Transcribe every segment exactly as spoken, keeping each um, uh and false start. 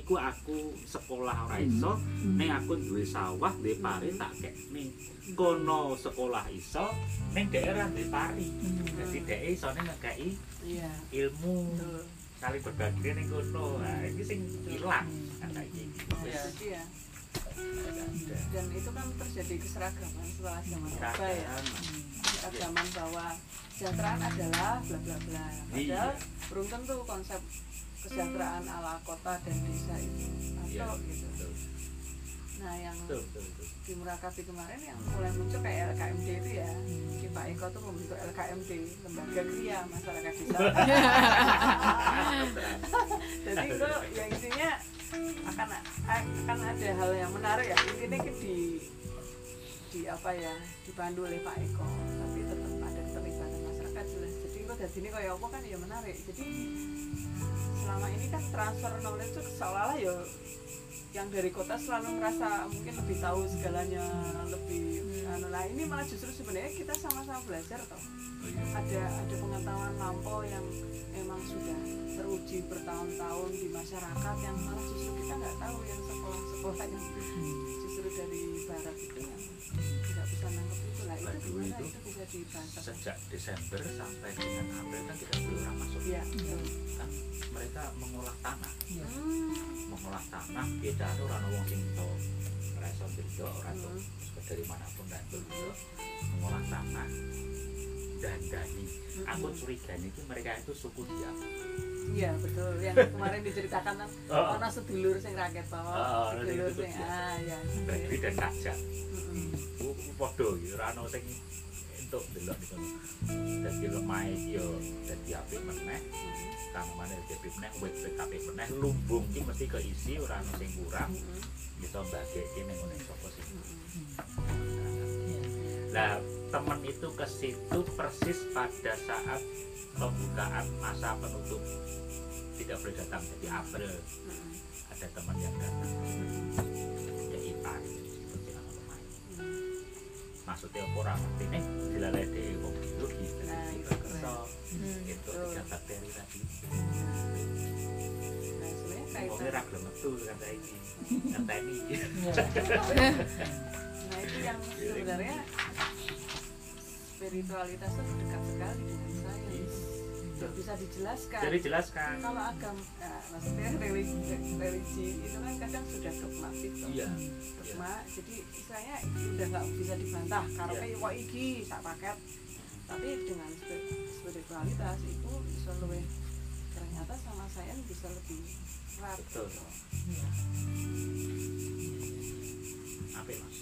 iku aku sekolah ora iso, ning aku duwe sawah, duwe pari tak kekne. Kono sekolah iso, ning daerah duwe pari. Dadi dhek isone ngekeki Iya. ilmu. Betul. Saling berbagi ning kono. Nah, iki sing ilang kata iki. Ya, jadi ya. Dan itu kan terjadi keseragaman setelah zaman Orba ya. Keseragaman bahwa kesejahteraan adalah bla bla bla. Padahal belum tentu konsep kesejahteraan ala kota dan desa itu atau Iya, gitu. betul. Nah yang Betul, betul, betul. di Murakabi kemarin yang mulai muncul kayak L K M D itu ya, di Pak Eko tuh membentuk L K M D, Lembaga Kriya Masyarakat Desa. Jadi itu yang intinya akan akan ada hal yang menarik ya, intinya kan di di apa ya, dipandu oleh Pak Eko, tapi tetap ada keterlibatan masyarakat jelas. Jadi kok dari sini kayak apa kan ya menarik. Jadi selama ini kan transfer knowledge itu seolah-olah ya yang dari kota selalu merasa mungkin lebih tahu segalanya, lebih hmm. anu lah, ini malah justru sebenarnya kita sama-sama belajar toh. Ada ada pengetahuan lampau yang memang sudah teruji bertahun-tahun di masyarakat yang malah justru kita nggak tahu, yang sekolah-sekolah yang justru dari barat itu yang nggak bisa nangkep itu lah. Itu gimana itu, itu bisa dibahas sejak Desember sampai dengan April kan tidak boleh orang masuk ya, ya. Kan mereka mengolah tanah Ya. Hmm. mengolah tanah beda itu orang wong sing to rasa beda orang tuh dari manapun dan itu mengolah tanah dan dani. Aku curiga itu mereka itu suku Diak. Iya betul, yang kemarin diceritakan kan oh. Ono sedulur sing rakyat toh, oh, sedulur sing ah ya. Babi dan Kajak. Heeh. Padha iki ora ono sing entuk delok niku. Dadi lemah iki yo dadi apik meneh. Tanamane dadi meneh, wit-wit apik meneh, lumbung iki mesti keisi ora ono sing kurang. Bisa mbageke ning ngene sapa sih. Nah, teman itu ke situ persis pada saat pembukaan masa penutup, tidak boleh datang, jadi April ada teman yang datang ya Ipan seperti nama pemain maksudnya orang ini dilalai dari wong biologi dari kerso itu tiga bakteri tadi. Ngomongnya ragam itu kata ini kata ini. Nah itu yang sebenarnya spiritualitas itu dekat sekali dengan sains. Tidak bisa dijelaskan. Jadi jelaskan. Kalau agama, ya, maksudnya religi, religi itu kan kadang sudah dogmatik. Iya. Dogma, iya. Jadi istilahnya sudah nggak bisa dibantah. Karena kayak wah iki sak paket. Tapi dengan spiritualitas itu bisa lebih, ternyata sama sains bisa lebih erat. Betul. Gitu. Ya. Apa mas?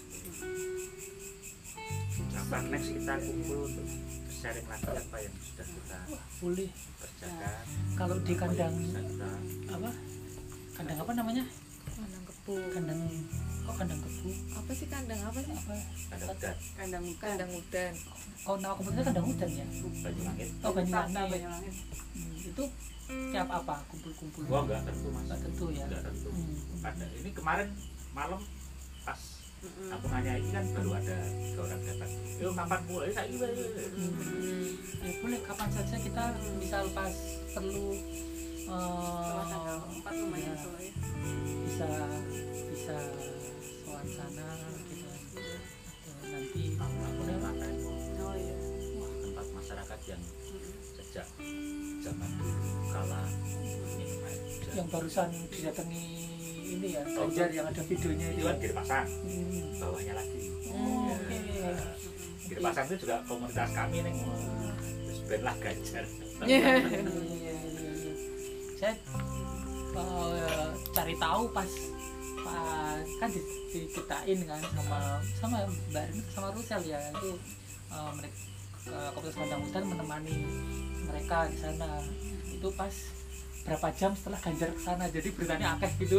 Kapan next kita kumpul untuk sharing lagi apa yang sudah kita Wah, boleh kerjakan? Nah, kalau di kandang kita... apa? Kandang apa namanya? Kandang kebu. Kandang oh kandang kebu. Apa sih kandang apa sih? Apa? Kandang udan. Kandang udan. Kandang udan. Oh, nama kompetisinya kandang udan ya? Banyulangit. Oh, Banyulangit. Banyulangit. Hmm, itu tiap apa? Kumpul-kumpul. Gua enggak tentu mas. Enggak tentu ya. Enggak tentu. Hmm. Ada ini kemarin malam pas mm-hmm. aku nanya ini kan baru ada orang datang. Yo kapan mulai? Saya ini. Hmm. Ya boleh kapan saja kita misal pas perlu setelah tanggal empat lumayan ya, ya. bisa bisa soal sana gitu. Nanti laporan makan. Oh iya. Wah, tempat masyarakat yang sejak zaman dulu kala minum air hujan. Yang barusan didatangi ini ya, Ganjar yang ada videonya itu. Itu kan Giri Pasang. Hmm. Bawahnya lagi. Oh, ya. oke. Okay. Uh, Giri Pasang itu juga komunitas kami nih. Terus ben lah Ganjar. Iya, iya, iya. Saya uh, cari tahu pas pas kan diceritain kan sama sama Mbak Rini sama Rusel ya itu uh, mereka uh, komunitas kandang hutan menemani mereka di sana itu pas berapa jam setelah Ganjar ke sana, jadi beritanya akeh gitu.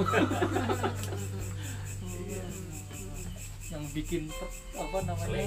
Yang bikin apa namanya?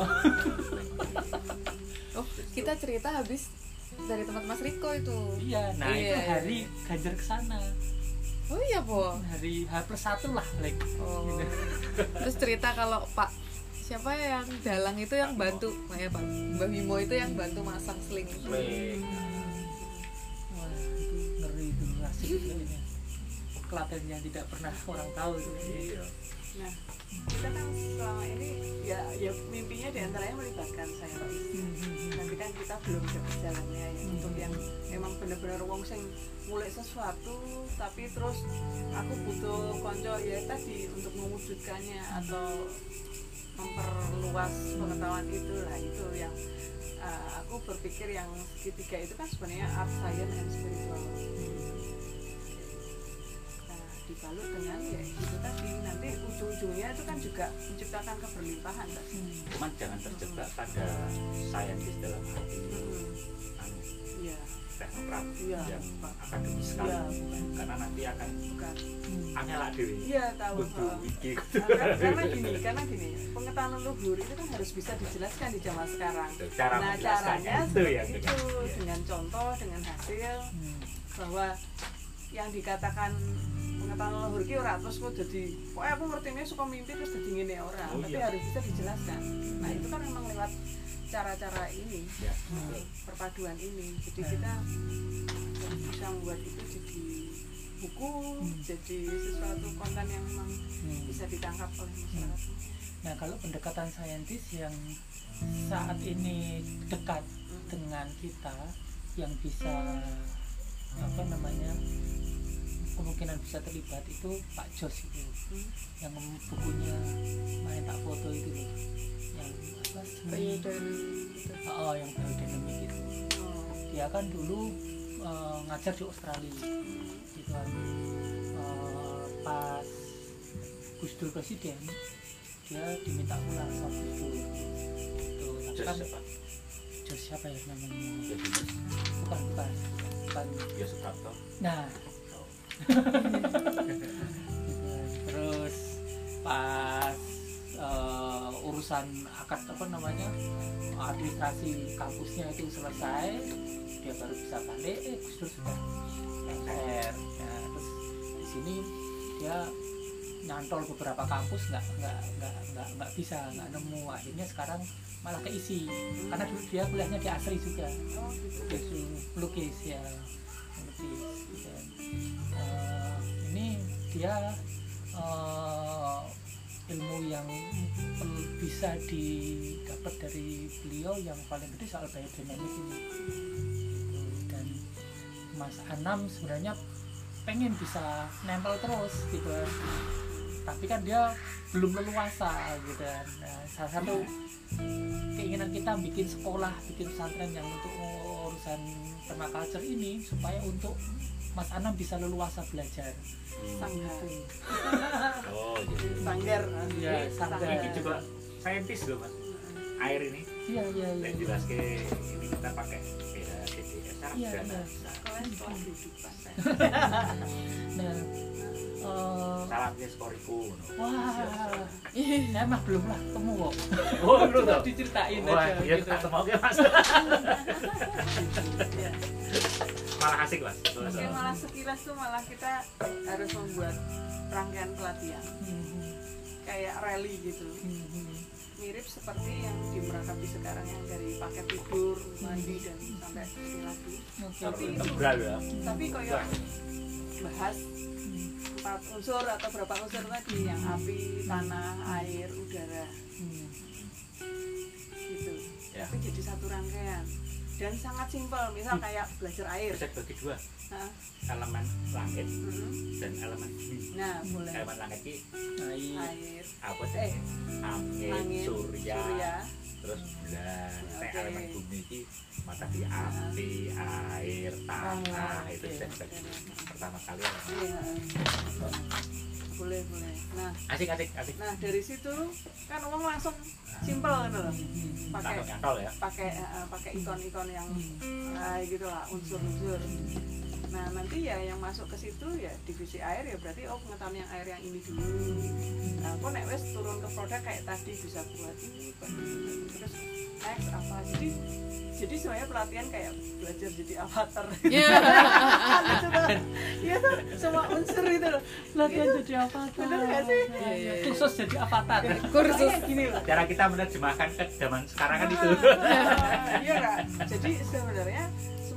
Oh, kita cerita habis dari tempat Mas Riko itu. Iya, nah iya, itu hari iya. Ganjar ke sana. Oh iya, Po. Hari H plus satu lah, like. Oh. Gitu. Terus cerita kalau Pak siapa yang dalang itu yang bantu, ya Pak Mbak Bimo itu yang bantu masang seling. Seling. Wah, itu ngeri itu asik kayaknya. Klaten yang tidak pernah orang tahu itu. Iya. Nah, kita kan selama ini ya ya mimpinya diantaranya melibatkan saintis. Tapi kan kita belum dapat jalannya ya untuk yang emang bener-bener wong sing mulai sesuatu tapi terus aku butuh konco ya tadi untuk mewujudkannya atau memperluas pengetahuan itu lah itu yang uh, aku berpikir yang ketiga itu kan sebenarnya art, science, and spiritual. Dibalut dengan ya itu tadi nanti ujung-ujungnya itu kan juga menciptakan keberlimpahan kan? Hmm. Cuman jangan terjebak pada saintis dalam arti Hmm. anu, Iya, teknokrat Iya. yang akademis sekali, iya, bukan, karena nanti akan bukan. Hmm. angel lah dewi. Iya tahu. Kudu uh, iki. Karena, karena gini, karena gini, pengetahuan leluhur itu kan harus bisa dijelaskan di zaman sekarang. Cara Nah menjelaskannya caranya itu yang itu dengan iya. dengan contoh, dengan hasil Hmm. bahwa yang dikatakan pengetahuan leluhur ki ora terus kok jadi pokoknya aku ngertinya suka mimpi terus jadi ngene ora, Oh, tapi iya. harus bisa dijelaskan. Nah itu kan memang lewat cara-cara ini, Ya. Hmm. perpaduan ini. Jadi Nah. kita harus bisa membuat itu jadi buku, Hmm. jadi sesuatu konten yang memang Hmm. bisa ditangkap oleh masyarakat. Nah, kalau pendekatan saintis yang saat ini dekat dengan kita, yang bisa apa namanya kemungkinan bisa terlibat itu Pak Jos itu, Hmm. yang bukunya main tak foto itu loh, yang apa seni, Biodynamic. oh yang biodynamic itu. Oh. Dia kan dulu eh, ngajar di Australia, gitu kan. Eh, pas Gus Dur presiden, dia diminta pulang sama Gus Dur. Gitu. Tapi Jos kan siapa? Jos siapa ya namanya? Ya Dimas. Bukan, bukan, bukan. Ya Suprapto. Nah, gitu kan. Terus pas eh, urusan akad apa namanya administrasi kampusnya itu selesai, dia baru bisa balik. Eh, Gus Dur sudah lengser. Nah, terus di sini dia nyantol beberapa kampus nggak nggak nggak nggak nggak bisa nggak nemu, akhirnya sekarang malah keisi karena dulu dia kuliahnya di Asri juga, Oh, gitu. dia pelukis ya pelukis dan eh, ini dia eh, ilmu yang pel- bisa didapat dari beliau yang paling gede soal biodynamic ini gitu. Dan Mas Anam sebenarnya pengen bisa nempel terus gitu, tapi kan dia belum leluasa gitu. Nah, salah satu keinginan kita bikin sekolah, bikin pesantren yang untuk urusan permaculture ini supaya untuk Mas Anam bisa leluasa belajar. Sanggar. Oh, jadi Sanggar. Iya, sanggar. ini juga saintis loh mas. Air ini, Iya iya iya. saya jelas ke ini kita pakai beda D D S Iya, sarjana. iya. Kalian sekolah kehidupan. Nah, eh, Salamnya skoriku. wah, saya mah belum lah ketemu kok. Oh, belum Coba tau. diceritain Wah, aja. iya gitu. ketemu oke mas. Ya. Malah asik mas. Mungkin malah sekilas tuh malah kita harus membuat rangkaian pelatihan Hmm, kayak rally gitu, hmm, hmm. mirip seperti yang di Meratapi sekarang yang dari paket tidur, mandi dan sampai ini lagi. Oke. Tapi tebral ya. tapi kayak bahas empat unsur atau berapa unsur tadi yang api, tanah, air, udara Hmm. gitu. Ya. Tapi jadi satu rangkaian dan sangat simpel. Misal kayak belajar air. Bisa bagi dua, Hah? elemen langit Mm-mm. dan elemen bumi. Nah, boleh Elemen langit ini Air. air, apa eh, sih? Angin, langit, surya, surya, terus bulan. Saya Oke. elemen bumi ini mata di api, air, tanah Oh, itu oke. bisa dibagi. Pertama kali elemen. Iya. Boleh, boleh. Nah, Asik asik asik. nah dari situ kan orang langsung simpel kan loh. Hmm. Pakai Tangkap nyantol ya. pakai eh, pakai ikon-ikon yang Hmm. ah, gitu lah, unsur-unsur. Nah, nanti ya yang masuk ke situ ya divisi air ya berarti oh pengetahuan yang air yang ini dulu. Nah, kok nek wes turun ke produk kayak tadi bisa buat ini, buat ini, terus next apa. Jadi jadi semuanya pelatihan kayak belajar jadi avatar. Iya. Lucu tuh. Iya tuh, semua unsur itu loh. Latihan Itu jadi avatar. bener gak sih? Iya, iya. Khusus jadi avatar. Kursus. Kayak gini loh. Cara kita menerjemahkan ke zaman sekarang kan itu. Ah, iya Kak. Jadi sebenarnya semua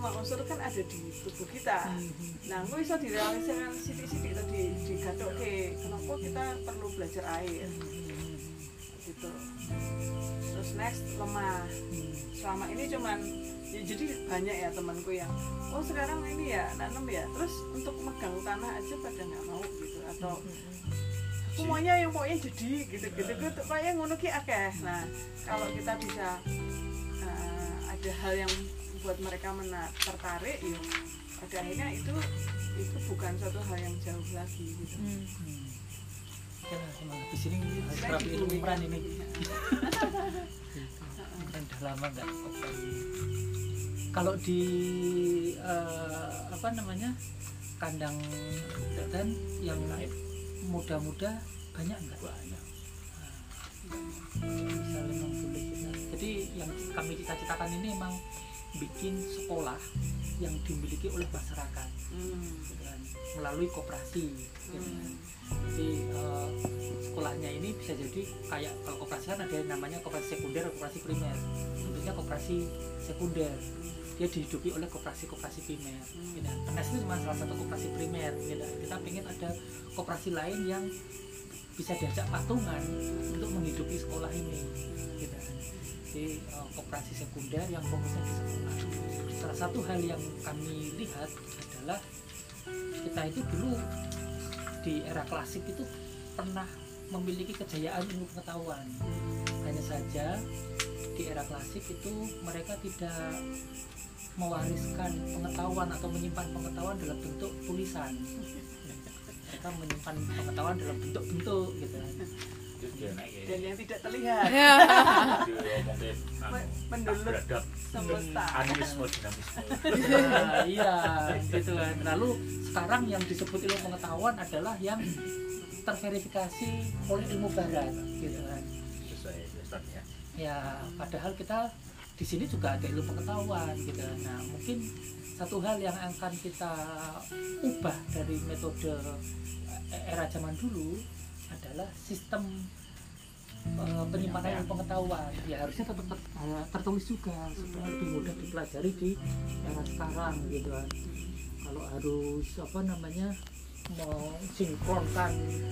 semua unsur kan ada di tubuh kita. Nah, gue bisa direalisasikan sidik-sidik atau di digatok ke kenapa kita perlu belajar air gitu. Terus next lemah. Selama ini cuman ya jadi banyak ya temanku yang oh sekarang ini ya nanam ya, terus untuk megang tanah aja pada nggak mau gitu, atau aku maunya yang maunya jadi gitu-gitu gitu kayak ngono ki akeh. Nah, kalau kita bisa uh, ada hal yang buat mereka menar tertarik ya pada akhirnya itu itu bukan suatu hal yang jauh lagi gitu. Hmm. Ya, emang habis ini harus rapi umuran ini. Kan udah lama nggak open. Kalau di uh, apa namanya kandang dan yang muda-muda banyak nggak? Banyak. Bisa memang boleh kita. Jadi yang kami cita-citakan ini memang bikin sekolah yang dimiliki oleh masyarakat, Hmm. gitu kan, melalui koperasi. Gitu kan. Hmm. Jadi uh, sekolahnya ini bisa jadi kayak kalau koperasi kan ada yang namanya koperasi sekunder, koperasi primer. Tentunya koperasi sekunder dia dihidupi oleh koperasi-koperasi primer. Gitu. P N E S itu cuma salah satu koperasi primer. Gitu. Kita pengen ada koperasi lain yang bisa diajak patungan untuk menghidupi sekolah ini. Gitu. Jadi uh, koperasi sekunder yang fokusnya di sekolah. Salah satu hal yang kami lihat adalah kita itu dulu di era klasik itu pernah memiliki kejayaan ilmu pengetahuan. Hanya saja di era klasik itu mereka tidak mewariskan pengetahuan atau menyimpan pengetahuan dalam bentuk tulisan. Mereka menyimpan pengetahuan dalam bentuk-bentuk gitu. Itu dia naik ya. Dan yang tidak terlihat Dia ngomongin anu, mendulut beradab, semesta. animisme, dinamisme. Nah, iya gitu kan. Lalu sekarang yang disebut ilmu pengetahuan adalah yang terverifikasi oleh ilmu barat gitu kan. Sesuai standarnya. Ya padahal kita di sini juga ada ilmu pengetahuan gitu. Nah mungkin satu hal yang akan kita ubah dari metode era zaman dulu adalah sistem uh, penyimpanan ilmu pengetahuan. Ya harusnya tetap ter, uh, tertulis juga supaya lebih mudah dipelajari di era sekarang gitu kan. Kalau harus apa namanya mensinkronkan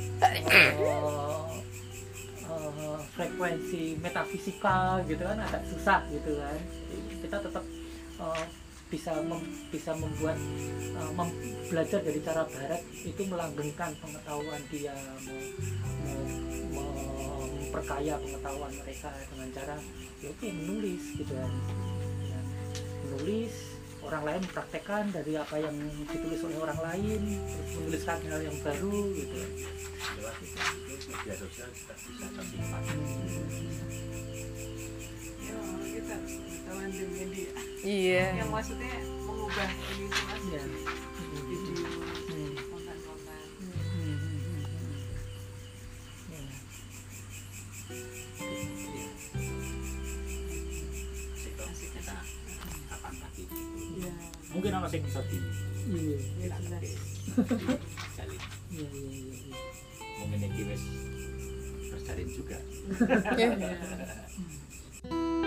uh, uh, frekuensi metafisika gitu kan agak susah gitu kan. Jadi kita tetap uh, bisa mem, bisa membuat uh, mem, belajar dari cara barat itu melanggengkan pengetahuan dia, mau, mau, memperkaya pengetahuan mereka dengan cara ya oke menulis gitu kan. Ya, menulis, orang lain mempraktekkan dari apa yang ditulis oleh orang lain, terus menuliskan hal yang baru gitu. Lewat itu, itu media sosial kita bisa tersimpan. Ya, kita harus pengetahuan di media. Iya. Yang maksudnya mengubah ini semua Ya. video, Hmm. konten-konten. Asik toh, kita kapan lagi gitu. Iya. Mungkin orang sing bisa di Iya, Ya, jelas. jalin. iya, iya, iya. Mungkin iki wis terjalin juga. Iya.